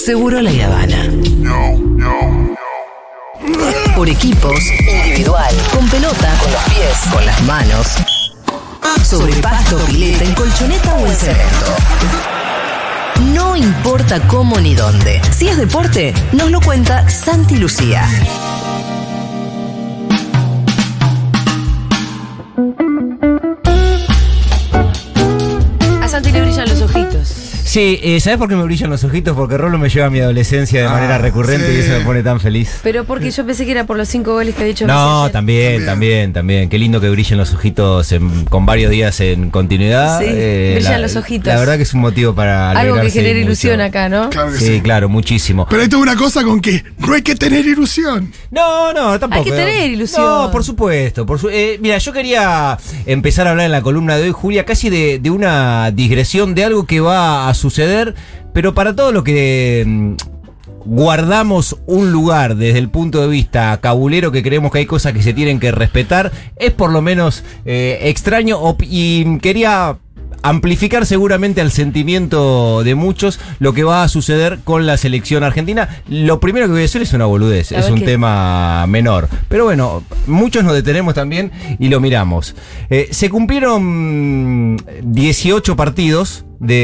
Seguro La Habana. Por equipos, individual, con pelota, con los pies, con las manos, sobre pasto, pileta, en colchoneta o en cemento. No importa cómo ni dónde. Si es deporte, nos lo cuenta Santi Lucía. A Santi le brillan los ojitos. Sí, ¿sabes por qué me brillan los ojitos? Porque Rolo me lleva a mi adolescencia de manera recurrente, sí. y eso me pone tan feliz. Pero porque yo pensé que era por los 5 goles que ha dicho No, Messi ayer. también. Qué lindo que brillen los ojitos con varios días en continuidad. Sí, brillan los ojitos. La verdad que es un motivo para Algo que alegrarse genera mucho. ilusión acá, ¿no? Claro que Sí, sí. claro, muchísimo. Pero hay toda una cosa con que no hay que tener ilusión. No, tampoco. Hay que tener ilusión. No, por supuesto. Mira, yo quería empezar a hablar en la columna de hoy, Julia, casi de una digresión de algo que va a suceder, pero para todo lo que guardamos un lugar desde el punto de vista cabulero, que creemos que hay cosas que se tienen que respetar, es por lo menos extraño, y quería amplificar seguramente al sentimiento de muchos lo que va a suceder con la selección argentina. Lo primero que voy a decir es una boludez, es un tema menor. Pero bueno, muchos nos detenemos también y lo miramos. Se cumplieron 18 partidos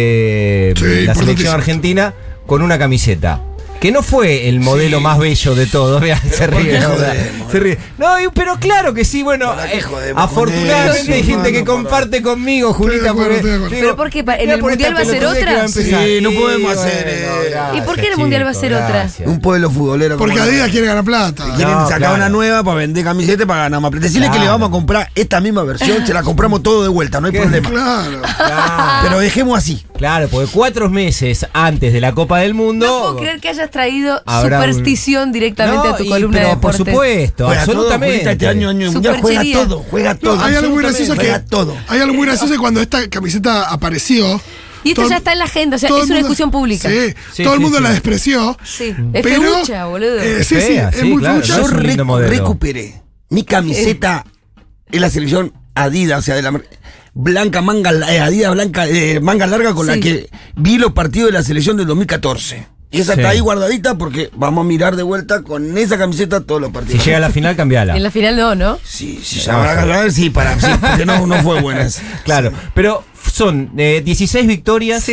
de la selección argentina con una camiseta. Que no fue el modelo más bello de todos. Vean, se ríe. Se ríe. No, pero claro que sí, bueno. Afortunadamente hay gente que comparte conmigo, Julita. Pero ¿por qué? ¿En el Mundial va a ser otra? Sí, no podemos hacer. ¿Y por qué en el Mundial va a ser otra? Un pueblo futbolero. Porque Adidas quiere ganar plata. Quieren sacar una nueva para vender camisetas y para ganar más plata. Decirle que le vamos a comprar esta misma versión, se la compramos todo de vuelta, no hay problema. Claro. Pero dejemos así. Claro, porque 4 meses antes de la Copa del Mundo. No puedo creer que hayas traído habrá superstición directamente a tu columna de pero deportes. por supuesto, Juega absolutamente. todo, este año mundial juega todo. Hay algo muy gracioso todo. Hay algo muy gracioso que cuando esta camiseta apareció. Y esto ya está en la agenda, o sea, es una discusión pública. Sí, todo el mundo la despreció. Sí, es pero, feucha, boludo. Sí, es muy claro, feucha. no es un lindo modelo. Recuperé mi camiseta en la selección Adidas, o sea, de la blanca manga, Adidas blanca, manga larga con la que vi los partidos de la selección del 2014. Y esa está ahí guardadita porque vamos a mirar de vuelta con esa camiseta todos los partidos. Si llega a la final, cambiala. En la final no. Sí, ya van a ver, sí, porque no fue buena. Claro, pero son 16 victorias,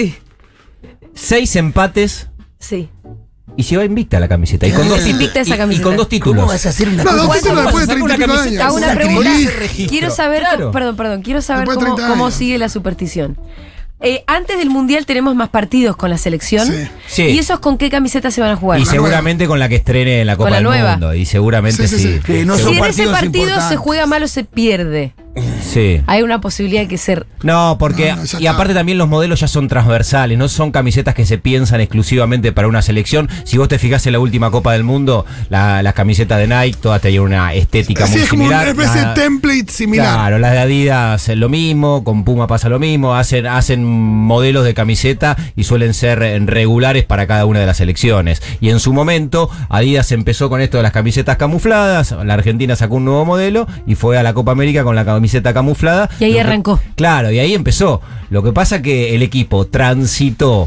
6 empates. Sí. Y se va invicta la camiseta. Y con dos invicta esa camiseta. Y con 2 títulos. ¿Cómo vas a hacer una No, cosa? 2 títulos después de 30 y pico años. Hago una pregunta. Registro. Quiero saber, Claro. perdón, quiero saber Después de 30 cómo años. sigue la superstición. Antes del Mundial tenemos más partidos con la selección. Sí. ¿Y esos con qué camiseta se van a jugar? Y seguramente con la que estrene en la Copa la del nueva. Mundo. Y seguramente sí. Que no Si son en ese partidos partido importantes. se juega mal o se pierde, Sí. hay una posibilidad de que ser. No, porque. No, ya y está. aparte también los modelos ya son transversales, no son camisetas que se piensan exclusivamente para una selección. Si vos te fijás en la última Copa del Mundo, las camisetas de Nike todas tenían una estética Sí, muy es como similar. una especie de template similar. Claro, las de Adidas lo mismo, con Puma pasa lo mismo, hacen modelos de camiseta y suelen ser regulares para cada una de las selecciones. Y en su momento, Adidas empezó con esto de las camisetas camufladas, la Argentina sacó un nuevo modelo y fue a la Copa América con la camiseta camuflada. Y ahí arrancó. Claro, y ahí empezó. Lo que pasa que el equipo transitó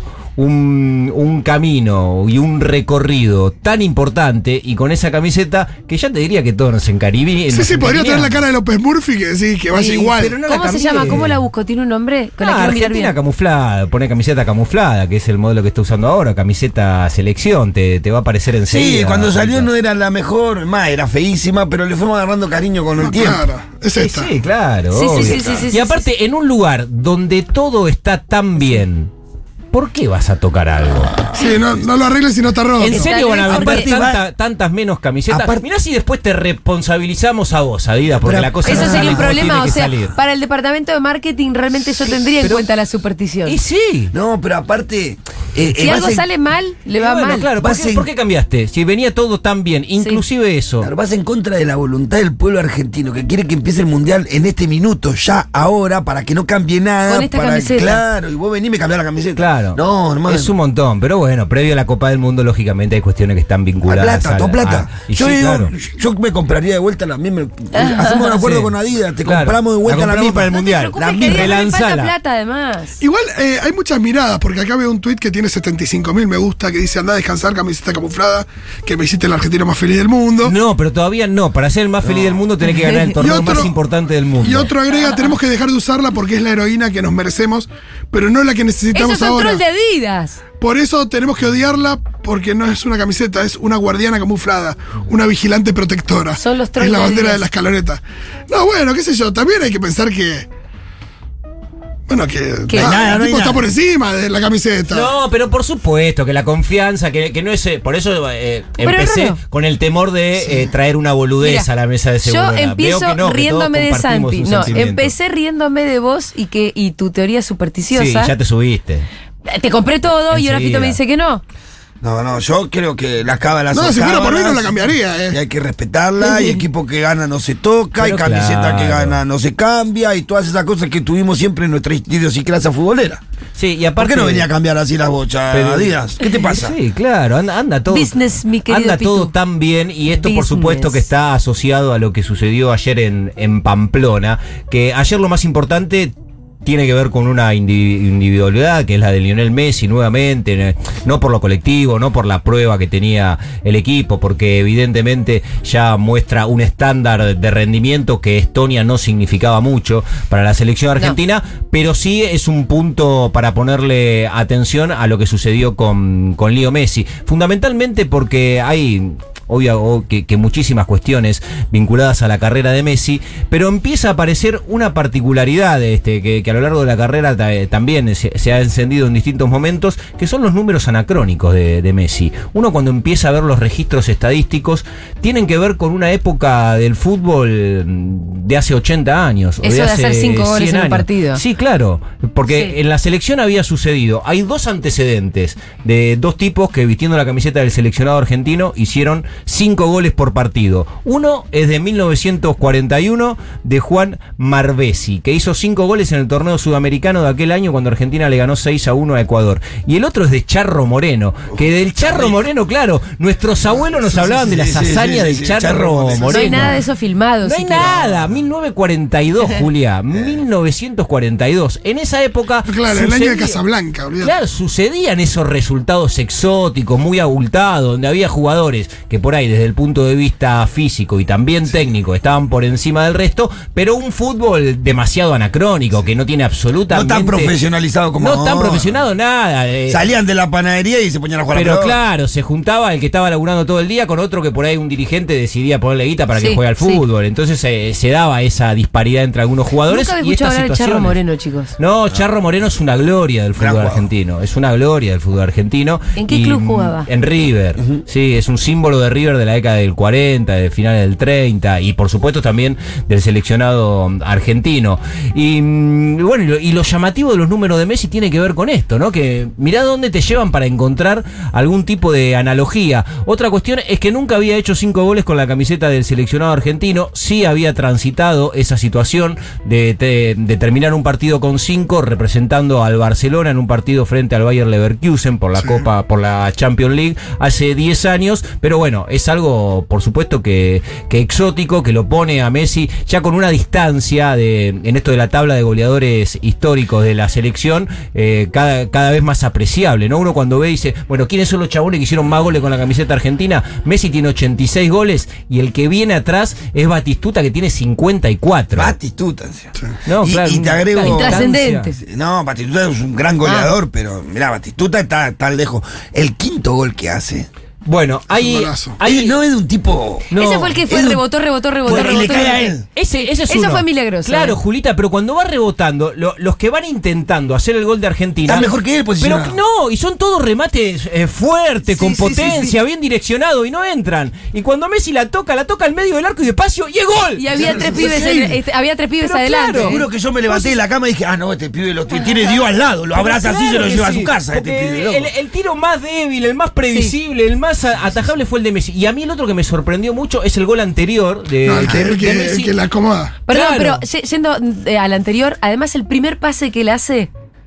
un camino y un recorrido tan importante y con esa camiseta que ya te diría que todos nos encariñamos. Sí, podría tener la cara de López Murphy que vaya igual. pero no la ¿Cómo se cambié. llama? ¿Cómo la busco? ¿Tiene un nombre? Con la quiero mirar Argentina bien. camuflada, pone camiseta camuflada, que es el modelo que está usando ahora, camiseta selección, te va a aparecer enseguida. Sí, cuando salió no era la mejor, más era feísima, pero le fuimos agarrando cariño con el tiempo. Claro, es Sí, esta. sí, claro. Sí, obvio. sí, Y aparte, en un lugar donde todo está tan bien, ¿por qué vas a tocar algo? Sí, no lo arregles si no está roto. ¿En serio van a vender Aparte tantas menos camisetas? Aparte- Mirá si después te responsabilizamos a vos, Adidas, porque Pero la cosa Eso no sería sale un como problema, tiene o que sea, salir. para el departamento de marketing realmente yo tendría en cuenta la superstición. Y sí. No, pero aparte. Si algo sale mal, le va Bueno, mal. claro, Vas en- ¿por qué cambiaste? Si venía todo tan bien, inclusive eso. Claro, vas en contra de la voluntad del pueblo argentino que quiere que empiece el mundial en este minuto, ya ahora, para que no cambie nada. Con esta para, camiseta. Claro, y vos venís y me cambiás la camiseta. Claro. Claro. No, hermano. Es un montón, pero bueno, previo a la Copa del Mundo, lógicamente hay cuestiones que están vinculadas. Todo plata. Y Yo sí, digo, claro. yo me compraría de vuelta la misma. Hacemos un acuerdo Sí. con Adidas, te Claro. compramos de vuelta la compramos misma. para el No te Mundial. preocupes, La que misma, Diego no le falta relanzala. plata, además. Igual hay muchas miradas, porque acá veo un tuit que tiene 75.000 me gusta, que dice: anda a descansar, camiseta camuflada, que me hiciste el argentino más feliz del mundo. No, pero todavía no. Para ser el más feliz del mundo tenés que ganar el torneo más importante del mundo. Y otro agrega: tenemos que dejar de usarla porque es la heroína que nos merecemos, pero no la que necesitamos Eso es un ahora. troll de Adidas. Por eso tenemos que odiarla, porque no es una camiseta, es una guardiana camuflada, una vigilante protectora. Son los trolls Es la de bandera Adidas. de la escaloneta. No, bueno, qué sé yo, también hay que pensar que. Bueno, que Que nada, el no hay tipo está nada. por encima de la camiseta. No, pero por supuesto que la confianza, que no es. Por eso empecé raro. con el temor de traer una boludez Mira, a la mesa de yo seguridad. empiezo Veo que no, que riéndome de todos compartimos Santi. un No, sentimiento. empecé riéndome de vos y tu teoría supersticiosa. Sí, ya te subiste. Te compré todo y ahora Fito me Enseguida. dice que no. No, yo creo que las cábalas No, son si fuera por mí no cábalas, la cambiaría, y hay que respetarla, y equipo que gana no se toca, Pero y camiseta claro. que gana no se cambia, y todas esas cosas que tuvimos siempre en nuestra idiosincrasia futbolera. Sí, y ¿Por aparte. qué no venía a cambiar así las bochas, Pero- Adidas? ¿Qué te pasa? Sí, claro, anda todo. Business, mi querido anda Pitu. todo tan bien, y esto por Business. supuesto que está asociado a lo que sucedió ayer en Pamplona, que ayer lo más importante tiene que ver con una individualidad, que es la de Lionel Messi nuevamente, no por lo colectivo, no por la prueba que tenía el equipo, porque evidentemente ya muestra un estándar de rendimiento que Estonia no significaba mucho para la selección argentina, pero sí es un punto para ponerle atención a lo que sucedió con Leo Messi, fundamentalmente porque hay obvio que muchísimas cuestiones vinculadas a la carrera de Messi, pero empieza a aparecer una particularidad que a lo largo de la carrera también se ha encendido en distintos momentos, que son los números anacrónicos de Messi. Uno cuando empieza a ver los registros estadísticos, tienen que ver con una época del fútbol de hace 80 años. Eso de hacer 5 goles 100 en un años. partido. Sí, claro, porque Sí. en la selección había sucedido, hay dos antecedentes de dos tipos que vistiendo la camiseta del seleccionado argentino hicieron 5 goles por partido. Uno es de 1941 de Juan Marbesi, que hizo 5 goles en el torneo sudamericano de aquel año cuando Argentina le ganó 6-1 a Ecuador. Y el otro es de Charro Moreno, que del Charro Moreno, claro, nuestros abuelos nos hablaban de las hazañas del Charro Moreno. No hay nada de eso filmado. No hay siquiera. nada, 1942, Julia, 1942. En esa época. Claro, el año de Casablanca, olvidate. Claro, sucedían esos resultados exóticos, muy abultados, donde había jugadores que por ahí, desde el punto de vista físico y también técnico, estaban por encima del resto, pero un fútbol demasiado anacrónico, que no tiene absolutamente. No tan profesionalizado como No tan ahora. profesionado nada. Salían de la panadería y se ponían a jugar a la Pero pelota. claro, se juntaba el que estaba laburando todo el día con otro que por ahí un dirigente decidía ponerle guita para que Sí, juegue al sí. fútbol. Entonces se daba esa disparidad entre algunos jugadores. Nunca había y escuchado estas hablar de Charro situaciones. Moreno, chicos. No, Charro Moreno es una gloria del Gran fútbol jugador. argentino. Es una gloria del fútbol argentino. ¿En qué club jugaba? En River. Sí, es un símbolo de River de la década del 40, de finales del 30 y por supuesto también del seleccionado argentino. Y bueno, y lo llamativo de los números de Messi tiene que ver con esto, ¿no? Que mirá dónde te llevan para encontrar algún tipo de analogía. Otra cuestión es que nunca había hecho 5 goles con la camiseta del seleccionado argentino. Sí había transitado esa situación de terminar un partido con 5 representando al Barcelona en un partido frente al Bayer Leverkusen por la Copa, por la Champions League hace 10 años, pero bueno, es algo por supuesto que exótico, que lo pone a Messi ya con una distancia en esto de la tabla de goleadores históricos de la selección cada vez más apreciable, ¿no? Uno cuando ve dice, bueno, ¿quiénes son los chabones que hicieron más goles con la camiseta argentina? Messi tiene 86 goles y el que viene atrás es Batistuta, que tiene 54. Batistuta. No, y, claro, y te agrego. una Intrascendente. No, Batistuta es un gran goleador, pero mirá, Batistuta está tan lejos. El quinto gol que hace. Bueno, un hay golazo. No es de un tipo. No. Ese fue el que fue, Es un- rebotó. Bueno, y le cae a él. Ese es Eso uno. fue milagroso, Claro, ¿eh? Julita, pero cuando va rebotando, los que van intentando hacer el gol de Argentina. Está mejor que él Pero posicionado. no, y son todos remates fuertes, con Sí, sí, potencia, bien direccionados, y no entran. Y cuando Messi la toca al medio del arco y despacio, y es gol. Y había tres pibes, había tres pibes Pero adelante. claro. Seguro que yo me levanté de la cama y dije, no, este pibe lo tiene Dios al lado, lo abraza así y se lo Claro que lleva a sí, su casa. Este porque pibe, loco. el tiro más débil, el más previsible, el más atajable fue el de Messi. Y a mí el otro que me sorprendió mucho es el gol anterior de, No, el que Messi. el que la acomoda. Perdón, Claro. pero yendo al anterior, además el primer pase que él hace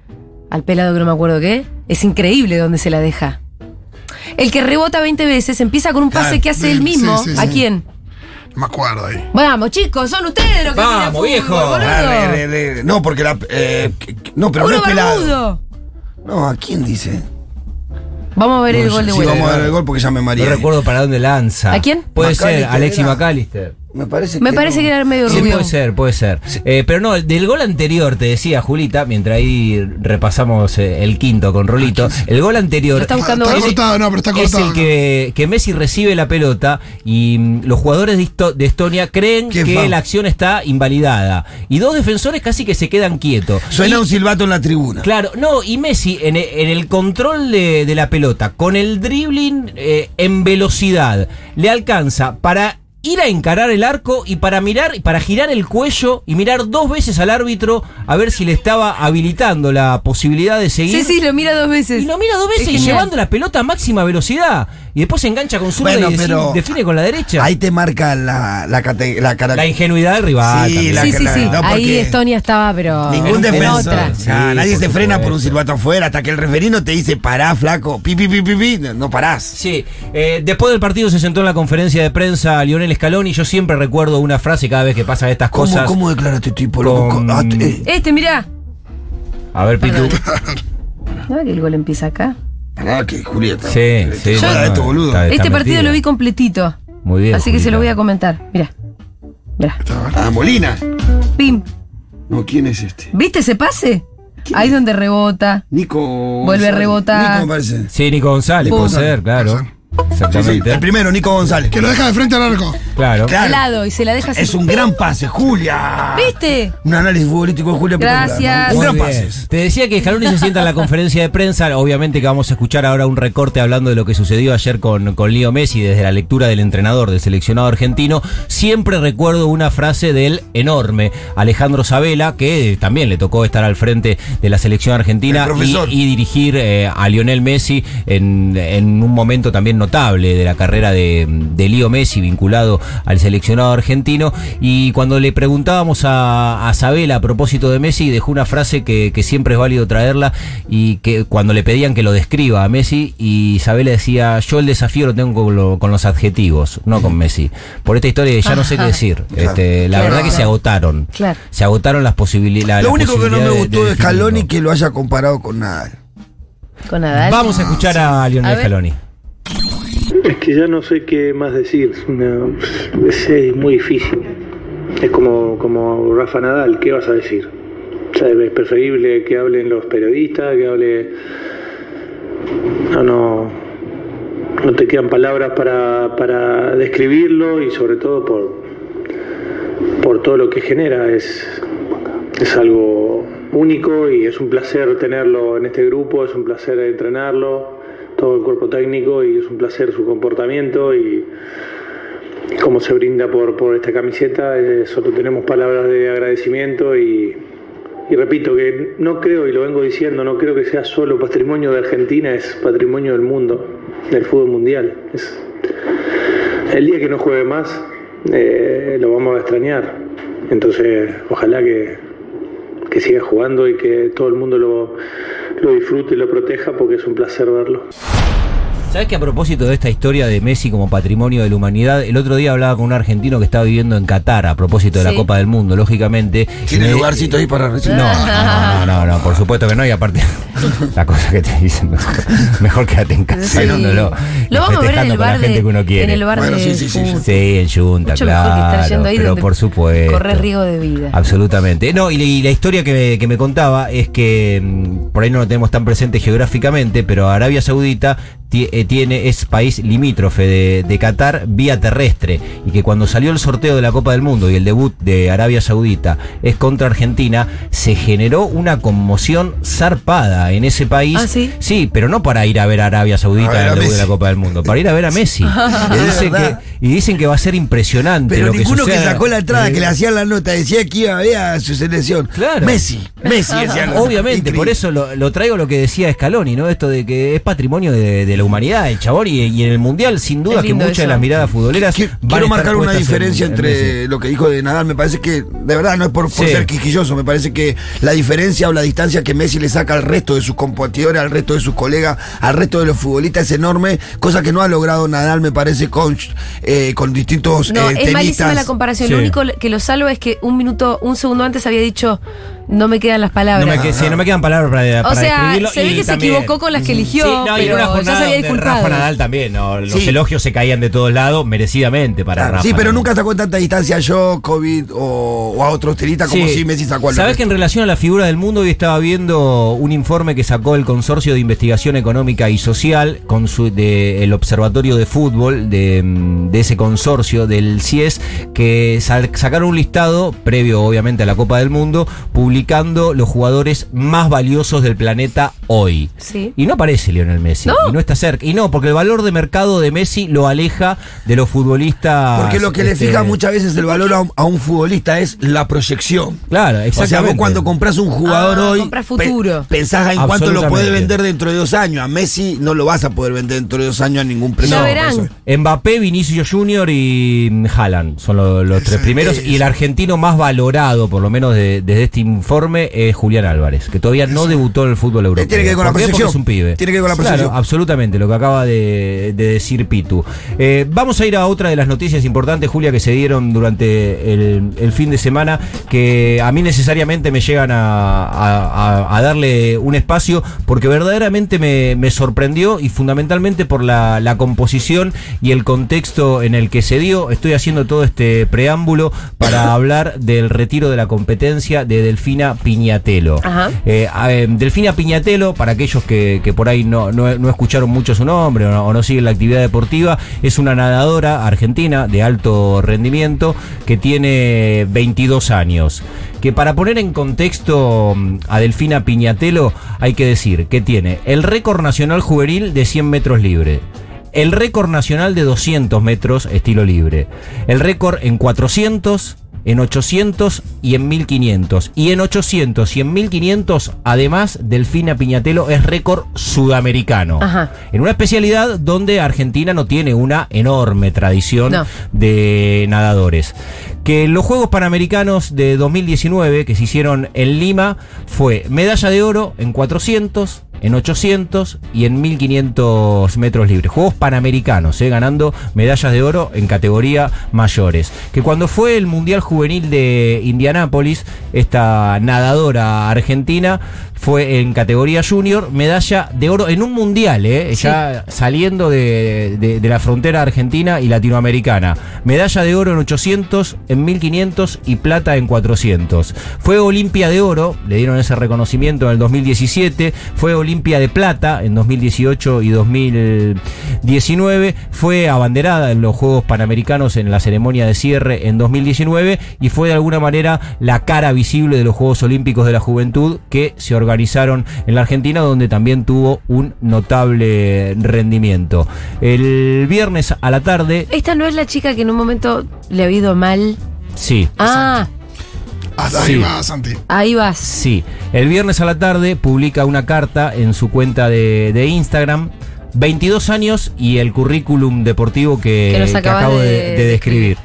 al pelado que no me acuerdo qué, es increíble donde se la deja. El que rebota 20 veces empieza con un pase que hace él mismo. sí, ¿A sí. quién? No me acuerdo ahí. Vamos, chicos, son ustedes los que Vamos, miran fútbol, viejo. boludo. No, porque la. No, pero no Puro es pelado. barbudo. No, ¿a quién dice? Vamos a ver el gol de Sí, vuelta. vamos a ver el gol porque ya me No mareé. recuerdo para dónde lanza. ¿A quién? Puede ser, McAllister Alexis era. McAllister. Me parece Que era medio Sí, rubio. puede ser. Pero no, del gol anterior, te decía Julita, mientras ahí repasamos el quinto con Rolito, el gol anterior Lo está buscando Está vos. cortado, no, pero está es cortado. el que Messi recibe la pelota y los jugadores de Estonia creen Qué que fa- la acción está invalidada. Y dos defensores casi que se quedan quietos. Suena Y- un silbato en la tribuna. Claro, no, y Messi en el control de la pelota, con el dribbling en velocidad, le alcanza para ir a encarar el arco y para mirar, para girar el cuello y mirar dos veces al árbitro a ver si le estaba habilitando la posibilidad de seguir. Sí, lo mira dos veces. Y lo mira dos veces Es y genial. llevando la pelota a máxima velocidad. Y después se engancha con zurda Bueno, y pero define con la derecha. Ahí te marca la La ingenuidad del rival. Sí, también. la- Sí, sí, sí. no, Ahí porque Estonia estaba, pero. Ningún en defensor. otra. Sí, Nadie por se frena supuesto. por un silbato afuera hasta que el referino te dice pará, flaco. Pi, pi, pi, pi, pi. No parás. Sí, después del partido se sentó en la conferencia de prensa Lionel Scaloni. Yo siempre recuerdo una frase cada vez que pasa estas cosas. ¿Cómo declara este tipo? Con- loco? Mirá. A ver, Pitu. ¿No que el gol empieza acá? Pará, que Julieta. Sí, sí. Yo- no, esto, boludo. está Este partido metido. lo vi completito. Muy bien. Así que se lo voy a Julita. comentar. Mirá. Mirá. Ah, Molina. Pim. No, ¿quién es este? ¿Viste ese pase? Ahí donde rebota. Nico. Vuelve a González. rebotar. Nico me parece. Sí, Nico González, Pum. puede ser, claro. Sí, sí, Exactamente. el primero, Nico González. Que lo deja de frente al arco. Claro. Claro. Al lado y se la deja así. Es un gran pase, Julia. ¿Viste? Un análisis futbolístico de Julia. Gracias. espectacular, ¿no? Un Muy gran bien. pase. Te decía que Scaloni se sienta en la conferencia de prensa. Obviamente que vamos a escuchar ahora un recorte hablando de lo que sucedió ayer con Leo Messi desde la lectura del entrenador del seleccionado argentino. Siempre recuerdo una frase del enorme Alejandro Sabela, que también le tocó estar al frente de la selección argentina El profesor. y dirigir a Lionel Messi en un momento también notable de la carrera de Leo Messi vinculado al seleccionado argentino. Y cuando le preguntábamos a Sabela a propósito de Messi, dejó una frase que siempre es válido traerla, y que cuando le pedían que lo describa a Messi, y Sabela decía: yo el desafío lo tengo con los adjetivos, no con Messi. Por esta historia ya no sé qué decir. Claro. La Claro. verdad que se agotaron. Claro. Se agotaron las posibilidades. Lo único que no me gustó de Scaloni que lo haya comparado con Nadal. Con Nadal. Vamos a escuchar a Lionel A ver. Scaloni. Es que ya no sé qué más decir. No, es muy difícil. Es como Rafa Nadal, ¿qué vas a decir? O sea, es preferible que hablen los periodistas, que hable... No te quedan palabras para describirlo, y sobre todo por todo lo que genera. Es algo único y es un placer tenerlo en este grupo, es un placer entrenarlo, todo el cuerpo técnico, y es un placer su comportamiento y cómo se brinda por esta camiseta. Solo tenemos palabras de agradecimiento y repito que no creo, y lo vengo diciendo, no creo que sea solo patrimonio de Argentina, es patrimonio del mundo, del fútbol mundial. El día que no juegue más, lo vamos a extrañar. Entonces, ojalá que siga jugando y que todo el mundo lo disfrute y lo proteja, porque es un placer verlo. ¿Sabes que a propósito de esta historia de Messi como patrimonio de la humanidad, el otro día hablaba con un argentino que estaba viviendo en Qatar a propósito de la Sí. Copa del Mundo, lógicamente? ¿Tiene Me- lugarcito ahí para recibir? No, por supuesto que no, y aparte la cosa que te dicen, mejor quédate en casa Sí. viéndolo y Lo vamos a ver en festejando el con la bar gente que uno quiere. en el bar Bueno, de sí. fútbol. Sí, en Junta, Mucho mejor que estar claro, yendo ahí pero donde por supuesto. correr riesgo de vida. Absolutamente. No, y la historia que me contaba es que por ahí no lo tenemos tan presente geográficamente, pero Arabia Saudita es país limítrofe de Qatar vía terrestre, y que cuando salió el sorteo de la Copa del Mundo y el debut de Arabia Saudita es contra Argentina, se generó una conmoción zarpada en ese país. ¿Ah, sí? Sí, pero no para ir a ver a Arabia Saudita A ver en a el debut de Messi. la Copa del Mundo, para ir a ver a Messi. verdad. Y dicen que va a ser impresionante Pero lo que ninguno que suceda. sacó la entrada, que le hacían la nota, decía que iba a ver a su selección. Claro. Messi decían. Obviamente, Increíble. por eso lo traigo lo que decía Scaloni, ¿no? Esto de que es patrimonio de la humanidad. barbaridad el chabón y en el Mundial sin duda Es que lindo muchas eso. de las miradas futboleras van a Quiero estar marcar una puestas diferencia en entre Messi. lo que dijo de Nadal. Me parece que, de verdad, no es por Sí. ser quisquilloso, me parece que la diferencia o la distancia que Messi le saca al resto de sus competidores, al resto de sus colegas, al resto de los futbolistas es enorme, cosa que no ha logrado Nadal, me parece, con distintos No, es tenistas. malísima la comparación. Sí. Lo único que lo salva es que un segundo antes había dicho, no me quedan las palabras. No me quedan palabras para O sea, describirlo. se ve y que se también- equivocó con las que eligió, Sí, no, y en pero una ya se jornada había donde disculpado. Rafa Nadal también, ¿no? Los Sí. elogios se caían de todos lados, merecidamente para Claro, Rafa. sí, pero ¿no? nunca sacó tanta distancia a Djokovic o a otros tenistas como si Messi sacó al Sabes que en relación a la figura del mundo, hoy estaba viendo un informe que sacó el Consorcio de Investigación Económica y Social con el Observatorio de Fútbol de ese consorcio del CIES, que sacaron un listado previo obviamente a la Copa del Mundo, publicando los jugadores más valiosos del planeta hoy. Sí. Y no aparece Lionel Messi. ¿No? Y no está cerca. Y no, porque el valor de mercado de Messi lo aleja de los futbolistas. Porque lo que le fija muchas veces el valor a un futbolista es la proyección. Claro, O exactamente. sea, vos cuando compras un jugador hoy, compras futuro. pensás en cuánto lo podés Absolutamente. vender dentro de 2 años. A Messi no lo vas a poder vender dentro de 2 años a ningún precio. Ya verán. Mbappé, Vinicius Junior y Haaland son los tres primeros. Y el argentino más valorado, por lo menos desde este informe, es Julián Álvarez, que todavía no debutó en el fútbol europeo. Tiene que ver con la ¿Por qué? Porque proyección. es un pibe. Tiene que ver con la Claro, proyección. absolutamente, lo que acaba de decir Pitu. Vamos a ir a otra de las noticias importantes, Julia, que se dieron durante el fin de semana, que a mí necesariamente me llegan a darle un espacio, porque verdaderamente me sorprendió, y fundamentalmente por la composición y el contexto en el que se dio. Estoy haciendo todo este preámbulo para hablar del retiro de la competencia de Delfina Piñatelo. Ajá. Delfina Piñatelo, para aquellos que por ahí no escucharon mucho su nombre o no siguen la actividad deportiva, es una nadadora argentina de alto rendimiento que tiene 22 años. Que para poner en contexto a Delfina Piñatelo hay que decir que tiene el récord nacional juvenil de 100 metros libre, el récord nacional de 200 metros estilo libre, el récord en 400, en 800 y en 1500. Y en 800 y en 1500, además, Delfina Piñatelo es récord sudamericano. Ajá. En una especialidad donde Argentina no tiene una enorme tradición No. de nadadores. Que en los Juegos Panamericanos de 2019, que se hicieron en Lima, fue medalla de oro en 400, en 800 y en 1500 metros libres. Juegos Panamericanos, ganando medallas de oro en categoría mayores. Que cuando fue el Mundial Juvenil de Indianápolis, esta nadadora argentina fue en categoría junior, medalla de oro en un mundial, ya saliendo de la frontera argentina y latinoamericana. Medalla de oro en 800, en 1500 y plata en 400. Fue Olimpia de oro, le dieron ese reconocimiento en el 2017, fue Olimpia de plata en 2018 y 2019, fue abanderada en los Juegos Panamericanos en la ceremonia de cierre en 2019 y fue de alguna manera la cara visible de los Juegos Olímpicos de la Juventud que se organizaron en la Argentina, donde también tuvo un notable rendimiento. El viernes a la tarde, Esta no es la chica que en un momento le ha ido mal. sí, Ah, Hasta Sí. ahí va, Santi. ahí vas. sí, el viernes a la tarde publica una carta en su cuenta de Instagram, 22 años y el currículum deportivo Que nos que acabas acabo de de describir,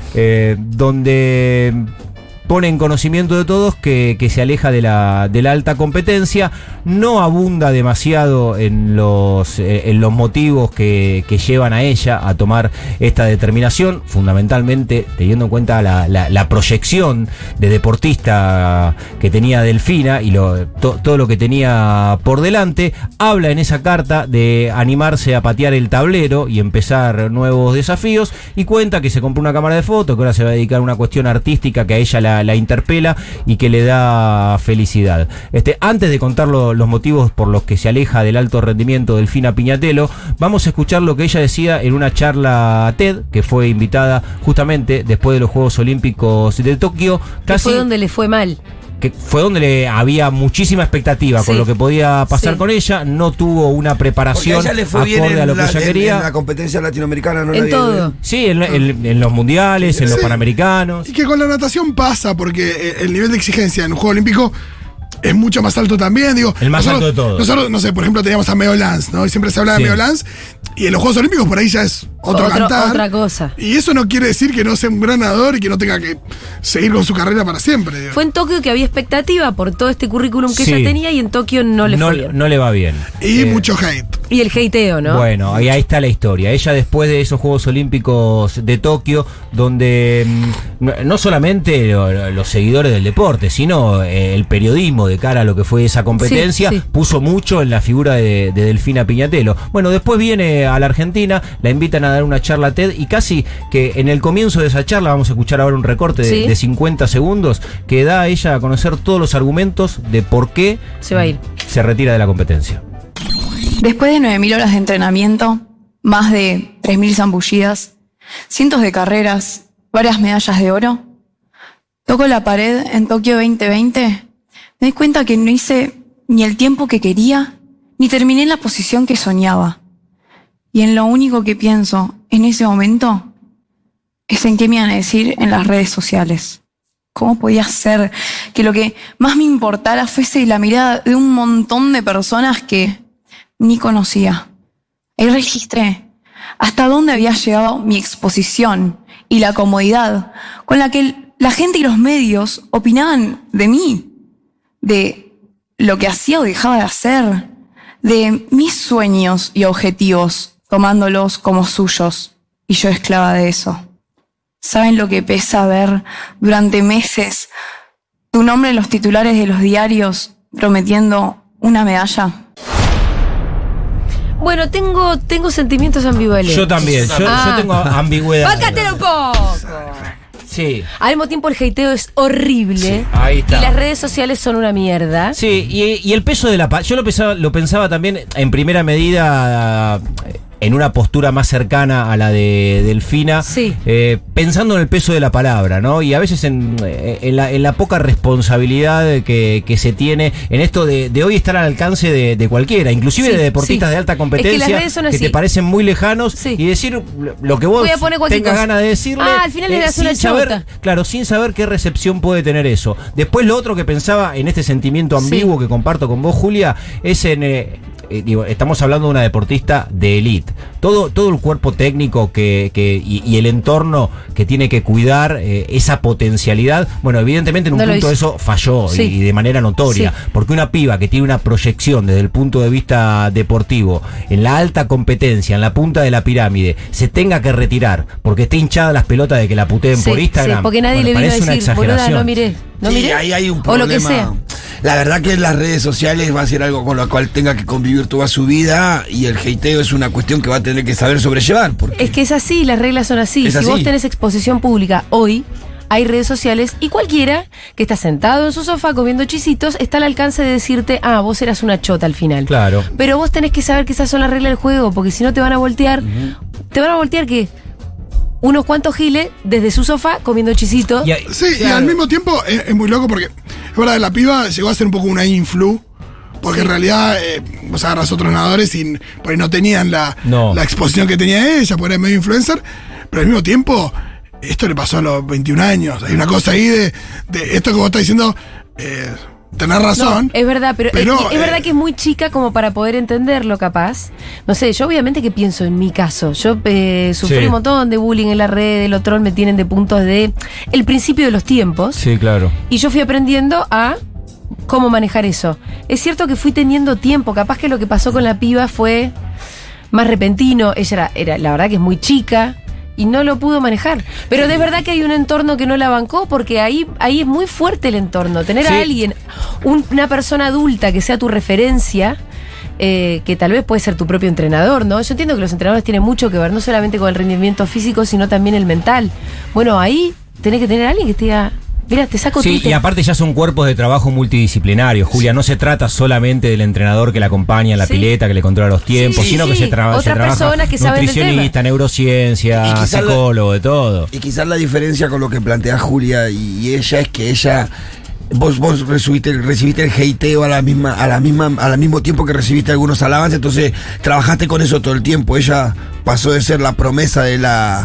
donde pone en conocimiento de todos que se aleja de la alta competencia, no abunda demasiado en los motivos que llevan a ella a tomar esta determinación, fundamentalmente teniendo en cuenta la proyección de deportista que tenía Delfina y todo lo que tenía por delante. Habla en esa carta de animarse a patear el tablero y empezar nuevos desafíos, y cuenta que se compró una cámara de fotos, que ahora se va a dedicar a una cuestión artística que a ella la interpela y que le da felicidad. Antes de contar los motivos por los que se aleja del alto rendimiento Delfina Piñatelo, vamos a escuchar lo que ella decía en una charla TED, que fue invitada justamente después de los Juegos Olímpicos de Tokio. Que fue donde le fue mal. Que fue donde había muchísima expectativa con Sí. lo que podía pasar Sí. con ella. No tuvo una Porque a preparación ella le fue bien acorde a lo en que ella quería. la competencia latinoamericana, no En la vi. todo. Sí, en los mundiales, en los Sí. panamericanos. Y que con la natación pasa, porque el nivel de exigencia en un Juego Olímpico es mucho más alto también. Digo, El más alto de todos. Nosotros, no sé, por ejemplo, teníamos a Meo Lance, ¿no? Y siempre se habla Sí. de Meo Lance. Y en los Juegos Olímpicos por ahí ya es otro cantar. Otra cosa. Y eso no quiere decir que no sea un gran nadador y que no tenga que seguir con su carrera para siempre. Digo. Fue en Tokio que había expectativa por todo este currículum que Sí. ella tenía y en Tokio no le fue bien. No le va bien. Y mucho hate. Y el hateo, ¿no? Bueno, ahí está la historia. Ella después de esos Juegos Olímpicos de Tokio, donde no solamente los seguidores del deporte, sino el periodismo de cara a lo que fue esa competencia, Sí, sí. puso mucho en la figura de Delfina Piñatelo. Bueno, después viene a la Argentina, la invitan a dar una charla TED y casi que en el comienzo de esa charla, vamos a escuchar ahora un recorte Sí. de 50 segundos, que da a ella a conocer todos los argumentos de por qué Se va a ir. se retira de la competencia. Después de 9.000 horas de entrenamiento, más de 3.000 zambullidas, cientos de carreras, varias medallas de oro, toco la pared en Tokio 2020, me doy cuenta que no hice ni el tiempo que quería, ni terminé en la posición que soñaba. Y en lo único que pienso en ese momento es en qué me iban a decir en las redes sociales. ¿Cómo podía ser que lo que más me importara fuese la mirada de un montón de personas que ni conocía? Ahí registré hasta dónde había llegado mi exposición y la comodidad con la que la gente y los medios opinaban de mí, de lo que hacía o dejaba de hacer, de mis sueños y objetivos, tomándolos como suyos, y yo esclava de eso. ¿Saben lo que pesa ver durante meses tu nombre en los titulares de los diarios prometiendo una medalla? Bueno, tengo sentimientos ambivalentes. Yo también, yo tengo ambigüedad. ¡Bácatelo un poco! Sí. Al mismo tiempo el hateo es horrible. Sí, ahí está. Y las redes sociales son una mierda. Sí, y el peso de la paz. Yo lo pensaba también en primera medida en una postura más cercana a la de Delfina, Sí. Pensando en el peso de la palabra, ¿no? Y a veces en la poca responsabilidad que se tiene en esto de hoy estar al alcance de cualquiera, inclusive Sí, de deportistas sí. de alta Es que competencia, las redes son que así. te parecen muy lejanos, Sí. y decir lo que vos Voy a poner cualquier tengas cosa. ganas de decirle. Al final le das sin una saber, chota. claro, sin saber qué recepción puede tener eso. Después lo otro que pensaba en este sentimiento ambiguo que comparto con vos, Julia, es estamos hablando de una deportista de élite. Todo el cuerpo técnico y el entorno que tiene que cuidar esa potencialidad. Bueno, evidentemente en un No lo punto hizo. eso falló Sí. y de manera notoria. Sí. Porque una piba que tiene una proyección desde el punto de vista deportivo, en la alta competencia, en la punta de la pirámide, se tenga que retirar porque esté hinchada las pelotas de que la puteen Sí, por Instagram. sí, porque nadie bueno, le vino a parece una decir, boluda, exageración. no miré. No Sí, miré. ahí hay un O problema. lo que sea. La verdad que las redes sociales va a ser algo con lo cual tenga que convivir toda su vida y el hateo es una cuestión que va a tener que saber sobrellevar. Porque Es que es así, las reglas son así. Es Si así. vos tenés exposición pública hoy, hay redes sociales y cualquiera que está sentado en su sofá comiendo chisitos está al alcance de decirte, vos eras una chota al final. Claro. Pero vos tenés que saber que esas son las reglas del juego, porque si no te van a voltear. ¿Te van a voltear qué? Unos cuantos giles desde su sofá comiendo chisitos. Sí, y claro. al mismo tiempo es muy loco porque es verdad, la piba llegó a ser un poco una influ. Porque en realidad vos agarras otros nadadores y por ahí no tenían la exposición que tenía ella, porque era medio influencer, pero al mismo tiempo, esto le pasó a los 21 años. Hay una cosa ahí de esto que vos estás diciendo, tenés razón. No, es verdad, pero es verdad eh, que es muy chica como para poder entenderlo, capaz. No sé, yo obviamente que pienso en mi caso. Yo sufrí Sí. un montón de bullying en la red, los trolls me tienen de puntos de el principio de los tiempos. Sí, claro. Y yo fui aprendiendo a cómo manejar eso. Es cierto que fui teniendo tiempo, capaz que lo que pasó con la piba fue más repentino. Ella era la verdad que es muy chica y no lo pudo manejar. Pero de verdad que hay un entorno que no la bancó, porque ahí es muy fuerte el entorno. Tener Sí. a alguien, una persona adulta que sea tu referencia, que tal vez puede ser tu propio entrenador, ¿no? Yo entiendo que los entrenadores tienen mucho que ver, no solamente con el rendimiento físico, sino también el mental. Bueno, ahí tenés que tener a alguien que te diga, mira, te saco Sí, Twitter. y aparte ya son cuerpos de trabajo multidisciplinarios, Julia. No se trata solamente del entrenador que la acompaña en la Sí. pileta, que le controla los tiempos, Sí, sino sí. que se trabaja Otras personas que saben del nutricionista, Y neurociencia, quizás psicólogo, de todo. Y quizás la diferencia con lo que plantea Julia y ella es que ella. Vos recibiste el hateo al mismo tiempo que recibiste algunos alabanzas, entonces trabajaste con eso todo el tiempo. Ella pasó de ser la promesa de la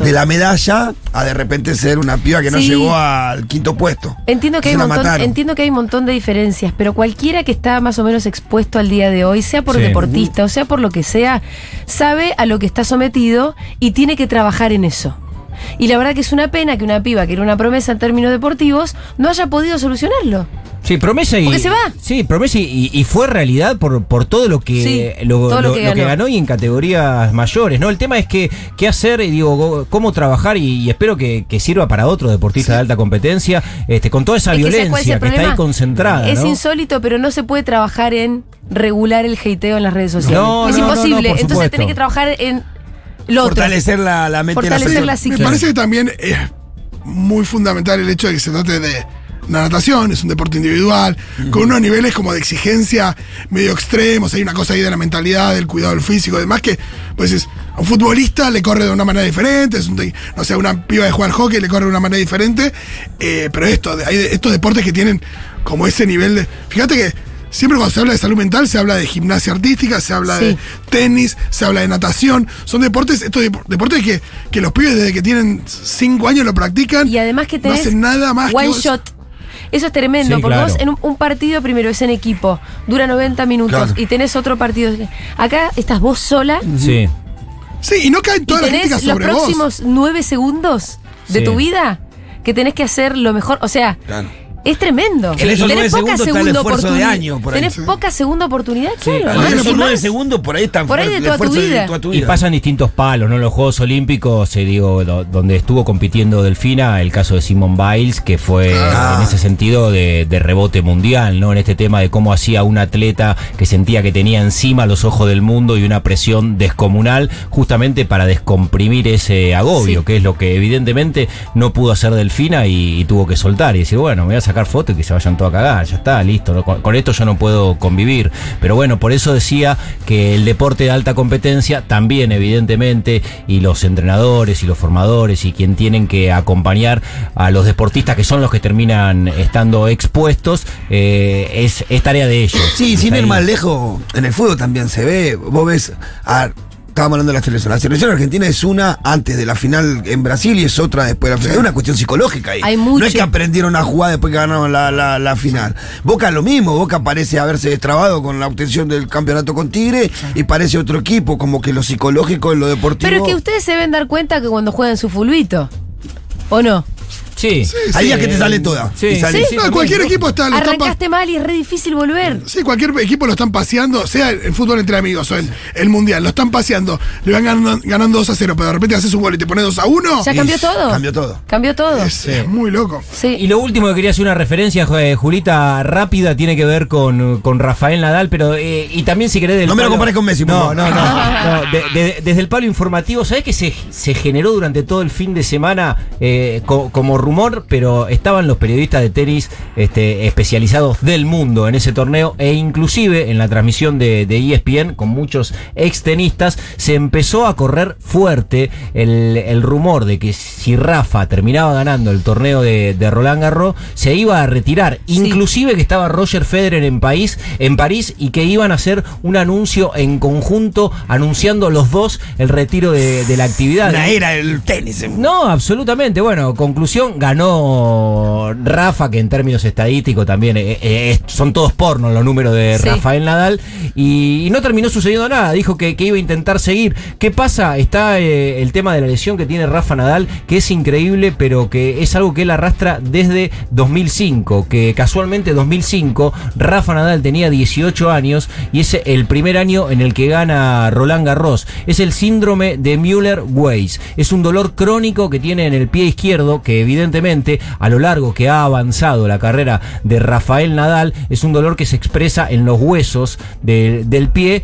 medalla a de repente ser una piba que no llegó al quinto puesto. Entiendo que hay un montón de diferencias, pero cualquiera que está más o menos expuesto al día de hoy, sea por deportista o sea por lo que sea, sabe a lo que está sometido y tiene que trabajar en eso. Y la verdad que es una pena que una piba que era una promesa en términos deportivos no haya podido solucionarlo. Sí, promesa y. Porque se va. Sí, promesa y fue realidad por todo lo que, lo que ganó y en categorías mayores, ¿no? El tema es qué hacer, digo, cómo trabajar y espero que sirva para otro deportista de alta competencia, con toda esa violencia que está ahí concentrada. Es ¿no? insólito, pero no se puede trabajar en regular el hateo en las redes sociales. Es imposible. Entonces tenés que trabajar en lo fortalecer la mente fortalecer la psique. Me parece que también es muy fundamental el hecho de que se trate de la natación, es un deporte individual, con unos niveles como de exigencia medio extremos, hay una cosa ahí de la mentalidad, del cuidado del físico, además que, pues a un futbolista le corre de una manera diferente, no sé, una piba de jugar hockey le corre de una manera diferente, pero hay estos deportes que tienen como ese nivel de... Fíjate que siempre cuando se habla de salud mental se habla de gimnasia artística, se habla de tenis, se habla de natación. Son deportes, estos deportes que los pibes desde que tienen 5 años lo practican. Y además que tenés no hacen nada más one shot. Eso es tremendo, porque vos en un partido primero es en equipo, dura 90 minutos y tenés otro partido. Acá estás vos sola. Sí. Sí, y no caen todas las críticas sobre vos. Los próximos 9 segundos de tu vida que tenés que hacer lo mejor. O sea, es tremendo. En esos 9 segundos está el esfuerzo de años. Por ahí. Tenés poca segunda oportunidad, claro. En esos 9 segundos por ahí están por ahí de toda tu vida. Y pasan distintos palos, ¿no? Los Juegos Olímpicos, donde estuvo compitiendo Delfina, el caso de Simone Biles, que fue en ese sentido de rebote mundial, ¿no? En este tema de cómo hacía un atleta que sentía que tenía encima los ojos del mundo y una presión descomunal, justamente para descomprimir ese agobio, que es lo que evidentemente no pudo hacer Delfina y tuvo que soltar y decir, bueno, me voy a sacar fotos y que se vayan todos a cagar, ya está, listo, ¿no? Con esto yo no puedo convivir. Pero bueno, por eso decía que el deporte de alta competencia también evidentemente, y los entrenadores y los formadores y quien tienen que acompañar a los deportistas que son los que terminan estando expuestos, es tarea de ellos. Sí, sin ir más lejos, en el fútbol también se ve, vos ves estábamos hablando de la selección. La selección argentina es una antes de la final en Brasil y es otra después de la final. Es una cuestión psicológica ahí. Hay mucho. No es que aprendieron a jugar después que ganaron la final. Boca lo mismo. Boca parece haberse destrabado con la obtención del campeonato con Tigre y parece otro equipo, como que lo psicológico en lo deportivo. Pero es que ustedes se deben dar cuenta que cuando juegan su fulbito, ¿o no? Sí. Hay días que te sale toda. No, cualquier equipo está... Arrancaste mal y es re difícil volver. Sí, cualquier equipo lo están paseando, sea en fútbol entre amigos o en el mundial, lo están paseando, le van ganando 2-0, pero de repente haces un gol y te pones 2-1. Ya cambió todo. Cambió todo. Es muy loco. Sí. Y lo último que quería hacer una referencia, Julita, rápida, tiene que ver con Rafael Nadal, pero y también si querés no me lo compares con Messi. No. Desde el palo informativo, ¿sabés que se generó durante todo el fin de semana como rumor, pero estaban los periodistas de tenis especializados del mundo en ese torneo, e inclusive en la transmisión de ESPN con muchos extenistas se empezó a correr fuerte el rumor de que si Rafa terminaba ganando el torneo de Roland Garros se iba a retirar, inclusive que estaba Roger Federer en París y que iban a hacer un anuncio en conjunto anunciando los dos el retiro de la actividad. Una era el tenis. No, absolutamente. Bueno, conclusión, ganó Rafa, que en términos estadísticos también son todos pornos los números de Rafael Nadal, y no terminó sucediendo nada. Dijo que iba a intentar seguir. ¿Qué pasa? Está el tema de la lesión que tiene Rafa Nadal, que es increíble, pero que es algo que él arrastra desde 2005, que casualmente 2005 Rafa Nadal tenía 18 años y es el primer año en el que gana Roland Garros. Es el síndrome de Müller-Weiss. Es un dolor crónico que tiene en el pie izquierdo, que evidentemente a lo largo que ha avanzado la carrera de Rafael Nadal es un dolor que se expresa en los huesos del pie,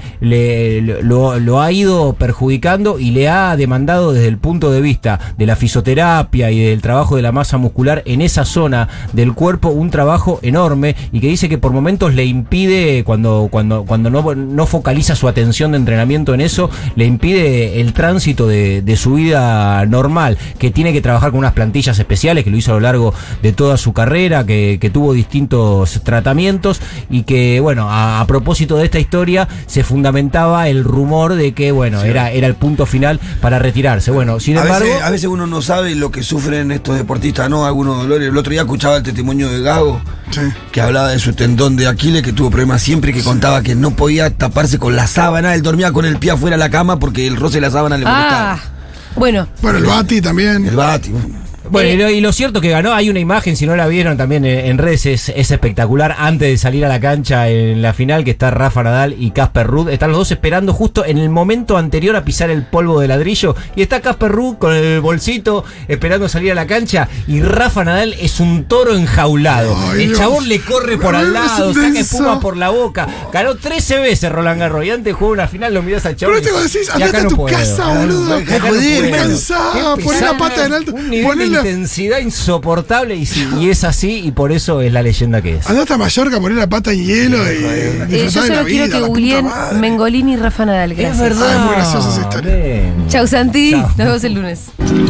lo ha ido perjudicando y le ha demandado desde el punto de vista de la fisioterapia y del trabajo de la masa muscular en esa zona del cuerpo un trabajo enorme, y que dice que por momentos le impide, cuando no focaliza su atención de entrenamiento en eso, le impide el tránsito de su vida normal, que tiene que trabajar con unas plantillas especiales abdominales, que lo hizo a lo largo de toda su carrera, que tuvo distintos tratamientos y que, bueno, a propósito de esta historia se fundamentaba el rumor de que, bueno, era el punto final para retirarse. Bueno, sin embargo... A veces uno no sabe lo que sufren estos deportistas, ¿no? Algunos dolores. El otro día escuchaba el testimonio de Gago, que hablaba de su tendón de Aquiles, que tuvo problemas siempre, que contaba que no podía taparse con la sábana. Él dormía con el pie afuera de la cama porque el roce de la sábana le molestaba. Bueno, el Bati también. El Bati. Bueno, y lo cierto que ganó, hay una imagen, si no la vieron también en redes, es espectacular, antes de salir a la cancha en la final, que está Rafa Nadal y Casper Ruud, están los dos esperando justo en el momento anterior a pisar el polvo de ladrillo, y está Casper Ruud con el bolsito esperando salir a la cancha, y Rafa Nadal es un toro enjaulado. Ay, el chabón Dios. le corre por al lado, saca espuma por la boca, ganó 13 veces Roland Garros, y antes jugó una final, lo mirás al chabón. Pero te decís, y acá andate a no tu puedo. casa, boludo. Poner la pata en alto. Un nivel de intensidad insoportable y es así, y por eso es la leyenda que es. Andate a Mallorca, poner la pata en hielo y yo disfrutar de la solo vida. quiero que googleen Mengolini y Rafa Nadal. Gracias. Es verdad. Es muy graciosa esa historia. Bien. Chau, Santi. Chau. Nos vemos el lunes.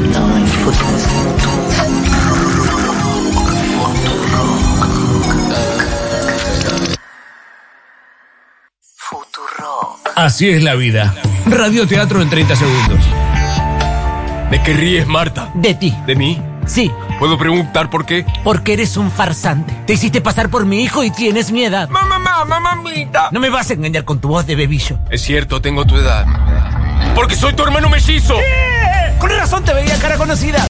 Así es la vida. Radioteatro en 30 segundos. ¿De qué ríes, Marta? De ti. ¿De mí? Sí, ¿Puedo preguntar por qué? porque eres un farsante. Te hiciste pasar por mi hijo y tienes mi edad. Mamamita. No me vas a engañar con tu voz de bebillo. Es cierto, tengo tu edad. Porque soy tu hermano mellizo. Con razón te veía cara conocida.